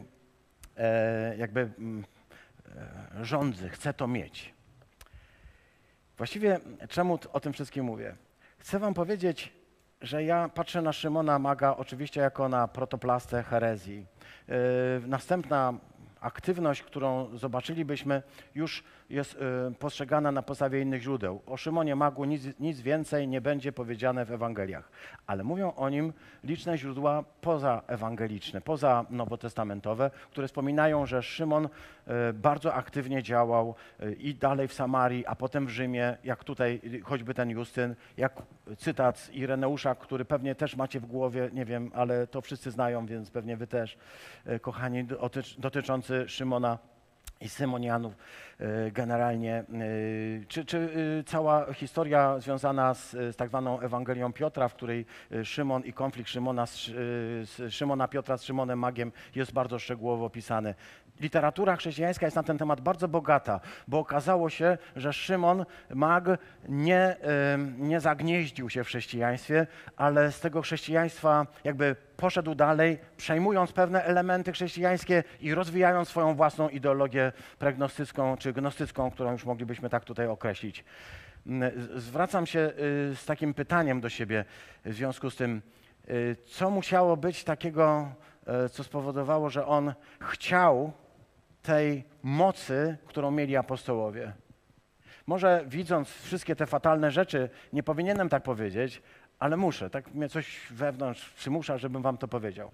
żądzy, chce to mieć. Właściwie czemu o tym wszystkim mówię? Chcę wam powiedzieć, że ja patrzę na Szymona Maga oczywiście jako na protoplastę herezji. Następna aktywność, którą zobaczylibyśmy, już jest postrzegana na podstawie innych źródeł. O Szymonie Magu nic więcej nie będzie powiedziane w Ewangeliach, ale mówią o nim liczne źródła pozaewangeliczne, pozanowotestamentowe, które wspominają, że Szymon bardzo aktywnie działał i dalej w Samarii, a potem w Rzymie, jak tutaj choćby ten Justyn, jak cytat z Ireneusza, który pewnie też macie w głowie, nie wiem, ale to wszyscy znają, więc pewnie wy też, kochani, dotyczący Szymona. i Symonianów generalnie, czy cała historia związana z tak zwaną Ewangelią Piotra, w której Szymon i konflikt Szymona Piotra z Szymonem Magiem jest bardzo szczegółowo opisany. Literatura chrześcijańska jest na ten temat bardzo bogata, bo okazało się, że Szymon Mag nie zagnieździł się w chrześcijaństwie, ale z tego chrześcijaństwa jakby poszedł dalej, przejmując pewne elementy chrześcijańskie i rozwijając swoją własną ideologię pregnostycką czy gnostycką, którą już moglibyśmy tak tutaj określić. Zwracam się z takim pytaniem do siebie w związku z tym, co musiało być takiego, co spowodowało, że on chciał tej mocy, którą mieli apostołowie. Może widząc wszystkie te fatalne rzeczy, nie powinienem tak powiedzieć, ale muszę, tak mnie coś wewnątrz przymusza, żebym wam to powiedział.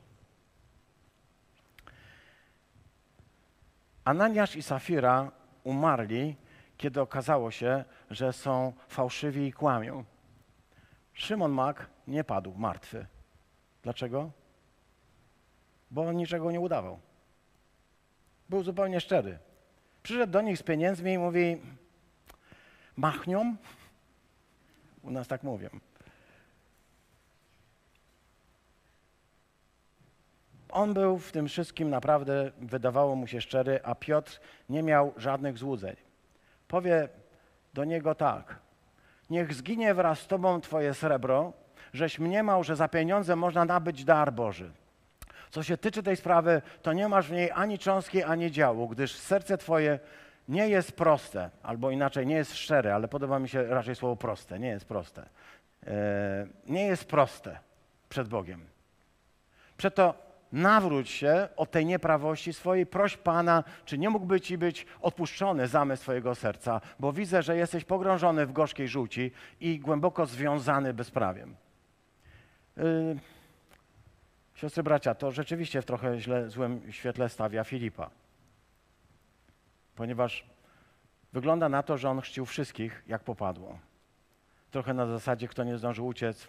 Ananiasz i Safira umarli, kiedy okazało się, że są fałszywi i kłamią. Szymon Mag nie padł martwy. Dlaczego? Bo on niczego nie udawał. Był zupełnie szczery. Przyszedł do nich z pieniędzmi i mówi: machnią? U nas tak mówią. On był w tym wszystkim naprawdę, wydawało mu się szczery, a Piotr nie miał żadnych złudzeń. Powie do niego tak: niech zginie wraz z tobą twoje srebro, żeś mniemał, że za pieniądze można nabyć dar Boży. Co się tyczy tej sprawy, to nie masz w niej ani cząstki, ani działu, gdyż serce twoje nie jest proste, albo inaczej, nie jest szczere, ale podoba mi się raczej słowo proste, nie jest proste. Nie jest proste przed Bogiem. Przeto nawróć się od tej nieprawości swojej, proś Pana, czy nie mógłby ci być odpuszczony zamysł twojego serca, bo widzę, że jesteś pogrążony w gorzkiej żółci i głęboko związany bezprawiem. Siostry, bracia, to rzeczywiście w trochę złym świetle stawia Filipa. Ponieważ wygląda na to, że on chrzcił wszystkich, jak popadło. Trochę na zasadzie, kto nie zdążył uciec.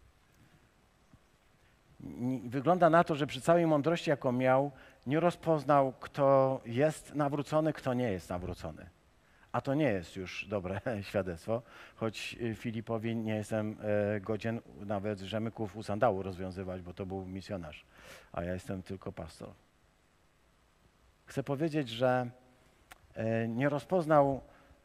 Wygląda na to, że przy całej mądrości, jaką miał, nie rozpoznał, kto jest nawrócony, kto nie jest nawrócony. A to nie jest już dobre świadectwo, choć Filipowi nie jestem godzien nawet rzemyków u sandału rozwiązywać, bo to był misjonarz, a ja jestem tylko pastor. Chcę powiedzieć, że nie rozpoznał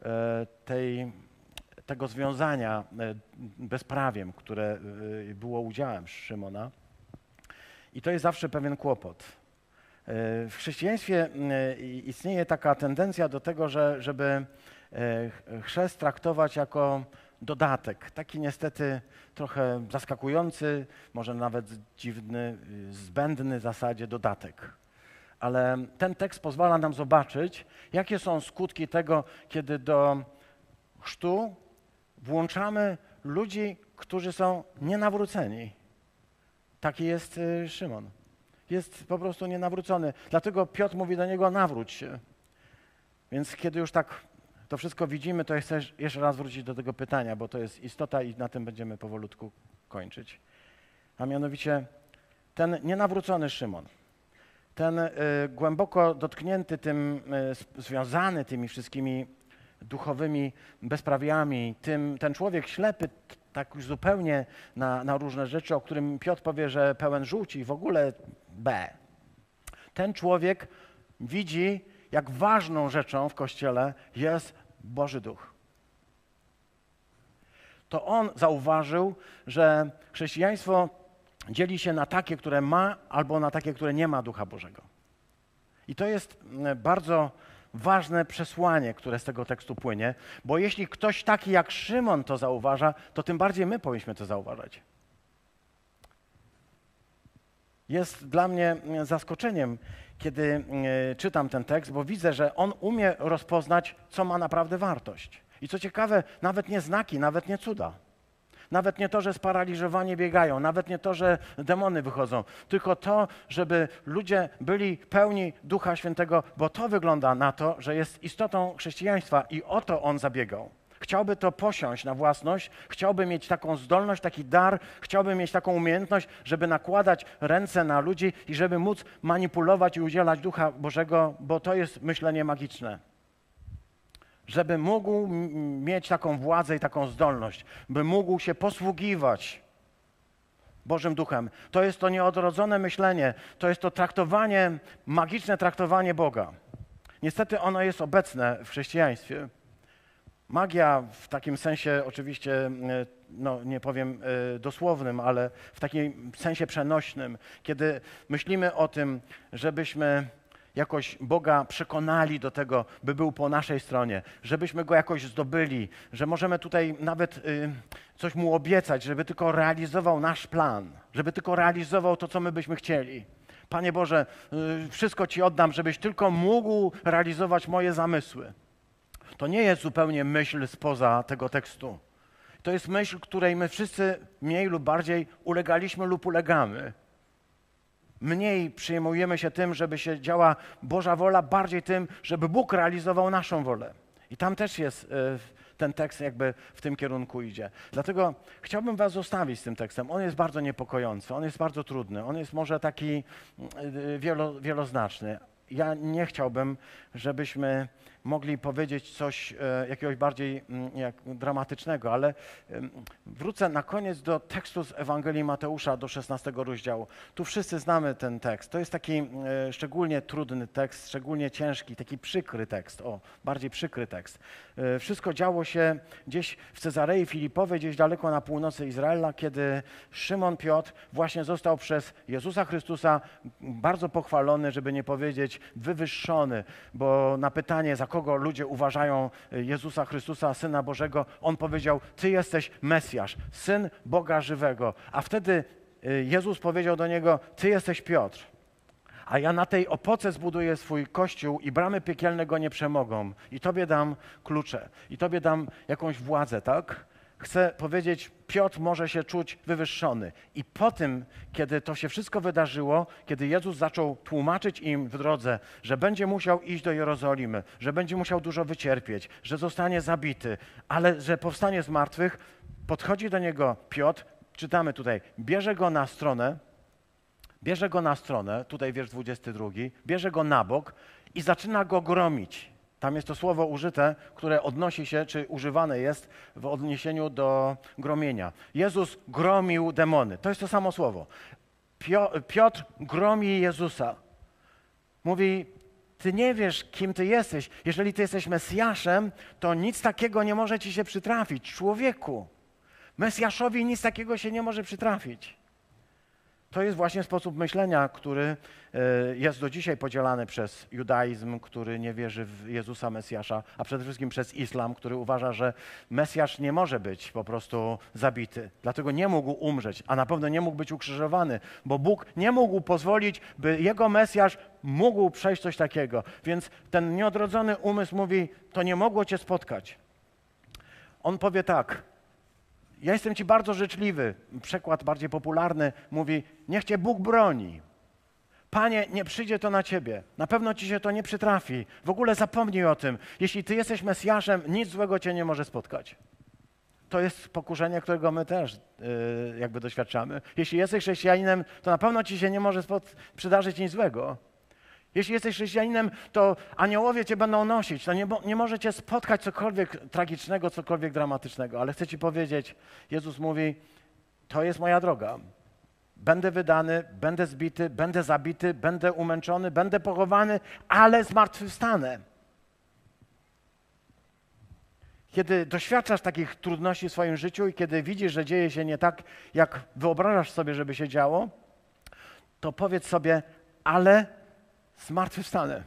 tego związania bezprawiem, które było udziałem Szymona. I to jest zawsze pewien kłopot. W chrześcijaństwie istnieje taka tendencja do tego, żeby chrzest traktować jako dodatek. Taki niestety trochę zaskakujący, może nawet dziwny, zbędny w zasadzie dodatek. Ale ten tekst pozwala nam zobaczyć, jakie są skutki tego, kiedy do chrztu włączamy ludzi, którzy są nienawróceni. Taki jest Szymon. Jest po prostu nienawrócony. Dlatego Piotr mówi do niego: nawróć się. Więc kiedy już tak to wszystko widzimy, to chcę jeszcze raz wrócić do tego pytania, bo to jest istota i na tym będziemy powolutku kończyć. A mianowicie ten nienawrócony Szymon, ten głęboko dotknięty tym, związany tymi wszystkimi duchowymi bezprawiami, ten człowiek ślepy, tak już zupełnie na różne rzeczy, o którym Piotr powie, że pełen żółci i w ogóle ten człowiek widzi, jak ważną rzeczą w Kościele jest Boży Duch. To on zauważył, że chrześcijaństwo dzieli się na takie, które ma, albo na takie, które nie ma Ducha Bożego. I to jest bardzo ważne przesłanie, które z tego tekstu płynie, bo jeśli ktoś taki jak Szymon to zauważa, to tym bardziej my powinniśmy to zauważać. Jest dla mnie zaskoczeniem, kiedy czytam ten tekst, bo widzę, że on umie rozpoznać, co ma naprawdę wartość. I co ciekawe, nawet nie znaki, nawet nie cuda. Nawet nie to, że sparaliżowani biegają, nawet nie to, że demony wychodzą, tylko to, żeby ludzie byli pełni Ducha Świętego, bo to wygląda na to, że jest istotą chrześcijaństwa i o to on zabiegał. Chciałby to posiąść na własność, chciałby mieć taką zdolność, taki dar, chciałby mieć taką umiejętność, żeby nakładać ręce na ludzi i żeby móc manipulować i udzielać Ducha Bożego, bo to jest myślenie magiczne. Żeby mógł mieć taką władzę i taką zdolność, by mógł się posługiwać Bożym Duchem. To jest to nieodrodzone myślenie, to jest to traktowanie, magiczne traktowanie Boga. Niestety ono jest obecne w chrześcijaństwie. Magia w takim sensie oczywiście, no nie powiem dosłownym, ale w takim sensie przenośnym, kiedy myślimy o tym, żebyśmy jakoś Boga przekonali do tego, by był po naszej stronie, żebyśmy Go jakoś zdobyli, że możemy tutaj nawet coś Mu obiecać, żeby tylko realizował nasz plan, żeby tylko realizował to, co my byśmy chcieli. Panie Boże, wszystko Ci oddam, żebyś tylko mógł realizować moje zamysły. To nie jest zupełnie myśl spoza tego tekstu. To jest myśl, której my wszyscy mniej lub bardziej ulegaliśmy lub ulegamy. Mniej przyjmujemy się tym, żeby się działa Boża wola, bardziej tym, żeby Bóg realizował naszą wolę. I tam też jest ten tekst jakby w tym kierunku idzie. Dlatego chciałbym was zostawić z tym tekstem. On jest bardzo niepokojący, on jest bardzo trudny, on jest może taki wieloznaczny. Ja nie chciałbym, żebyśmy mogli powiedzieć coś jakiegoś bardziej dramatycznego, ale wrócę na koniec do tekstu z Ewangelii Mateusza do 16 rozdziału. Tu wszyscy znamy ten tekst. To jest taki szczególnie trudny tekst, szczególnie ciężki, taki przykry tekst, bardziej przykry tekst. Wszystko działo się gdzieś w Cezarei Filipowej, gdzieś daleko na północy Izraela, kiedy Szymon Piotr właśnie został przez Jezusa Chrystusa bardzo pochwalony, żeby nie powiedzieć wywyższony, bo na pytanie, za kogo ludzie uważają Jezusa Chrystusa, Syna Bożego, on powiedział: Ty jesteś Mesjasz, Syn Boga żywego. A wtedy Jezus powiedział do niego: Ty jesteś Piotr, a ja na tej opoce zbuduję swój kościół i bramy piekielne go nie przemogą. I Tobie dam klucze, i Tobie dam jakąś władzę, tak? Chcę powiedzieć, Piotr może się czuć wywyższony. I po tym, kiedy to się wszystko wydarzyło, kiedy Jezus zaczął tłumaczyć im w drodze, że będzie musiał iść do Jerozolimy, że będzie musiał dużo wycierpieć, że zostanie zabity, ale że powstanie z martwych, podchodzi do niego Piotr, czytamy tutaj, bierze go na stronę, tutaj wiersz 22, bierze go na bok i zaczyna go gromić. Tam jest to słowo użyte, które odnosi się, czy używane jest w odniesieniu do gromienia. Jezus gromił demony. To jest to samo słowo. Piotr gromi Jezusa. Mówi: Ty nie wiesz, kim Ty jesteś. Jeżeli Ty jesteś Mesjaszem, to nic takiego nie może Ci się przytrafić. Człowieku, Mesjaszowi nic takiego się nie może przytrafić. To jest właśnie sposób myślenia, który jest do dzisiaj podzielany przez judaizm, który nie wierzy w Jezusa Mesjasza, a przede wszystkim przez islam, który uważa, że Mesjasz nie może być po prostu zabity. Dlatego nie mógł umrzeć, a na pewno nie mógł być ukrzyżowany, bo Bóg nie mógł pozwolić, by Jego Mesjasz mógł przejść coś takiego. Więc ten nieodrodzony umysł mówi: to nie mogło Cię spotkać. On powie tak: ja jestem Ci bardzo życzliwy. Przekład bardziej popularny mówi: niech Cię Bóg broni. Panie, nie przyjdzie to na Ciebie. Na pewno Ci się to nie przytrafi. W ogóle zapomnij o tym. Jeśli Ty jesteś Mesjaszem, nic złego Cię nie może spotkać. To jest pokuszenie, którego my też jakby doświadczamy. Jeśli jesteś chrześcijaninem, to na pewno Ci się nie może przydarzyć nic złego. Jeśli jesteś chrześcijaninem, to aniołowie Cię będą nosić. To nie może Cię spotkać cokolwiek tragicznego, cokolwiek dramatycznego. Ale chcę Ci powiedzieć, Jezus mówi: to jest moja droga. Będę wydany, będę zbity, będę zabity, będę umęczony, będę pochowany, ale zmartwychwstanę. Kiedy doświadczasz takich trudności w swoim życiu i kiedy widzisz, że dzieje się nie tak, jak wyobrażasz sobie, żeby się działo, to powiedz sobie: ale zmartwychwstanę.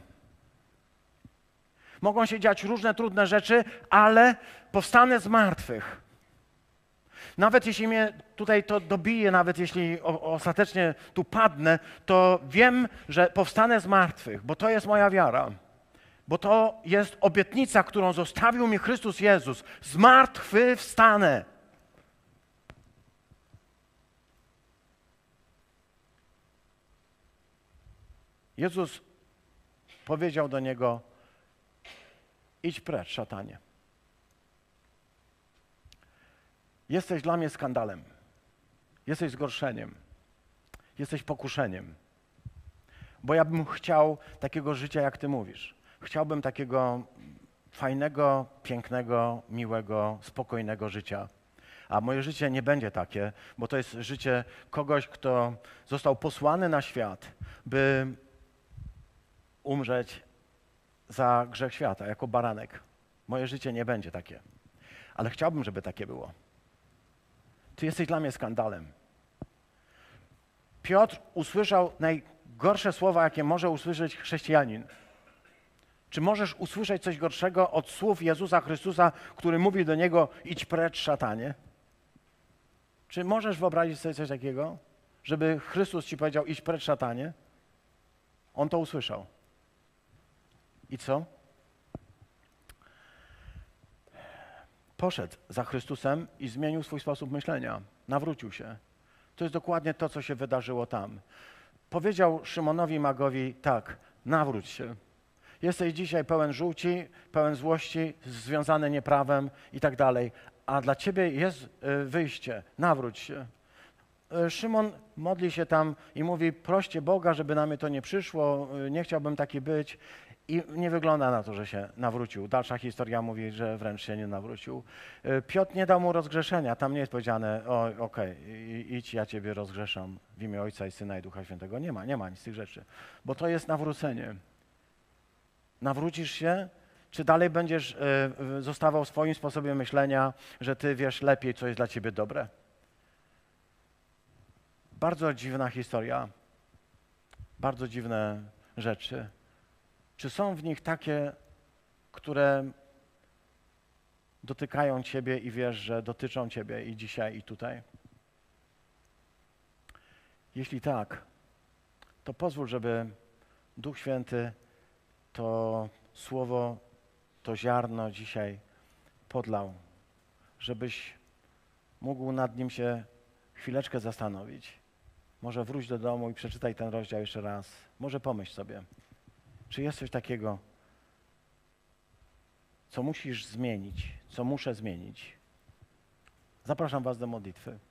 Mogą się dziać różne trudne rzeczy, ale powstanę z martwych. Nawet jeśli mnie tutaj to dobije, nawet jeśli ostatecznie tu padnę, to wiem, że powstanę z martwych, bo to jest moja wiara. Bo to jest obietnica, którą zostawił mi Chrystus Jezus. Zmartwychwstanę. Jezus powiedział do niego: idź precz, szatanie. Jesteś dla mnie skandalem. Jesteś zgorszeniem. Jesteś pokuszeniem. Bo ja bym chciał takiego życia, jak Ty mówisz. Chciałbym takiego fajnego, pięknego, miłego, spokojnego życia. A moje życie nie będzie takie, bo to jest życie kogoś, kto został posłany na świat, by umrzeć za grzech świata, jako baranek. Moje życie nie będzie takie. Ale chciałbym, żeby takie było. Ty jesteś dla mnie skandalem. Piotr usłyszał najgorsze słowa, jakie może usłyszeć chrześcijanin. Czy możesz usłyszeć coś gorszego od słów Jezusa Chrystusa, który mówi do niego: idź precz, szatanie? Czy możesz wyobrazić sobie coś takiego, żeby Chrystus ci powiedział: idź precz, szatanie? On to usłyszał. I co? Poszedł za Chrystusem i zmienił swój sposób myślenia. Nawrócił się. To jest dokładnie to, co się wydarzyło tam. Powiedział Szymonowi Magowi: tak, nawróć się. Jesteś dzisiaj pełen żółci, pełen złości, związany nieprawem i tak dalej. A dla ciebie jest wyjście. Nawróć się. Szymon modli się tam i mówi: proście Boga, żeby na mnie to nie przyszło, nie chciałbym taki być. I nie wygląda na to, że się nawrócił. Dalsza historia mówi, że wręcz się nie nawrócił. Piotr nie dał mu rozgrzeszenia. Tam nie jest powiedziane: okej, idź, ja ciebie rozgrzeszam w imię Ojca i Syna i Ducha Świętego. Nie ma nic z tych rzeczy. Bo to jest nawrócenie. Nawrócisz się, czy dalej będziesz zostawał w swoim sposobie myślenia, że ty wiesz lepiej, co jest dla ciebie dobre? Bardzo dziwna historia. Bardzo dziwne rzeczy. Czy są w nich takie, które dotykają ciebie i wiesz, że dotyczą ciebie i dzisiaj, i tutaj? Jeśli tak, to pozwól, żeby Duch Święty to słowo, to ziarno dzisiaj podlał, żebyś mógł nad nim się chwileczkę zastanowić. Może wróć do domu i przeczytaj ten rozdział jeszcze raz. Może pomyśl sobie, czy jest coś takiego, co musisz zmienić, co muszę zmienić. Zapraszam was do modlitwy.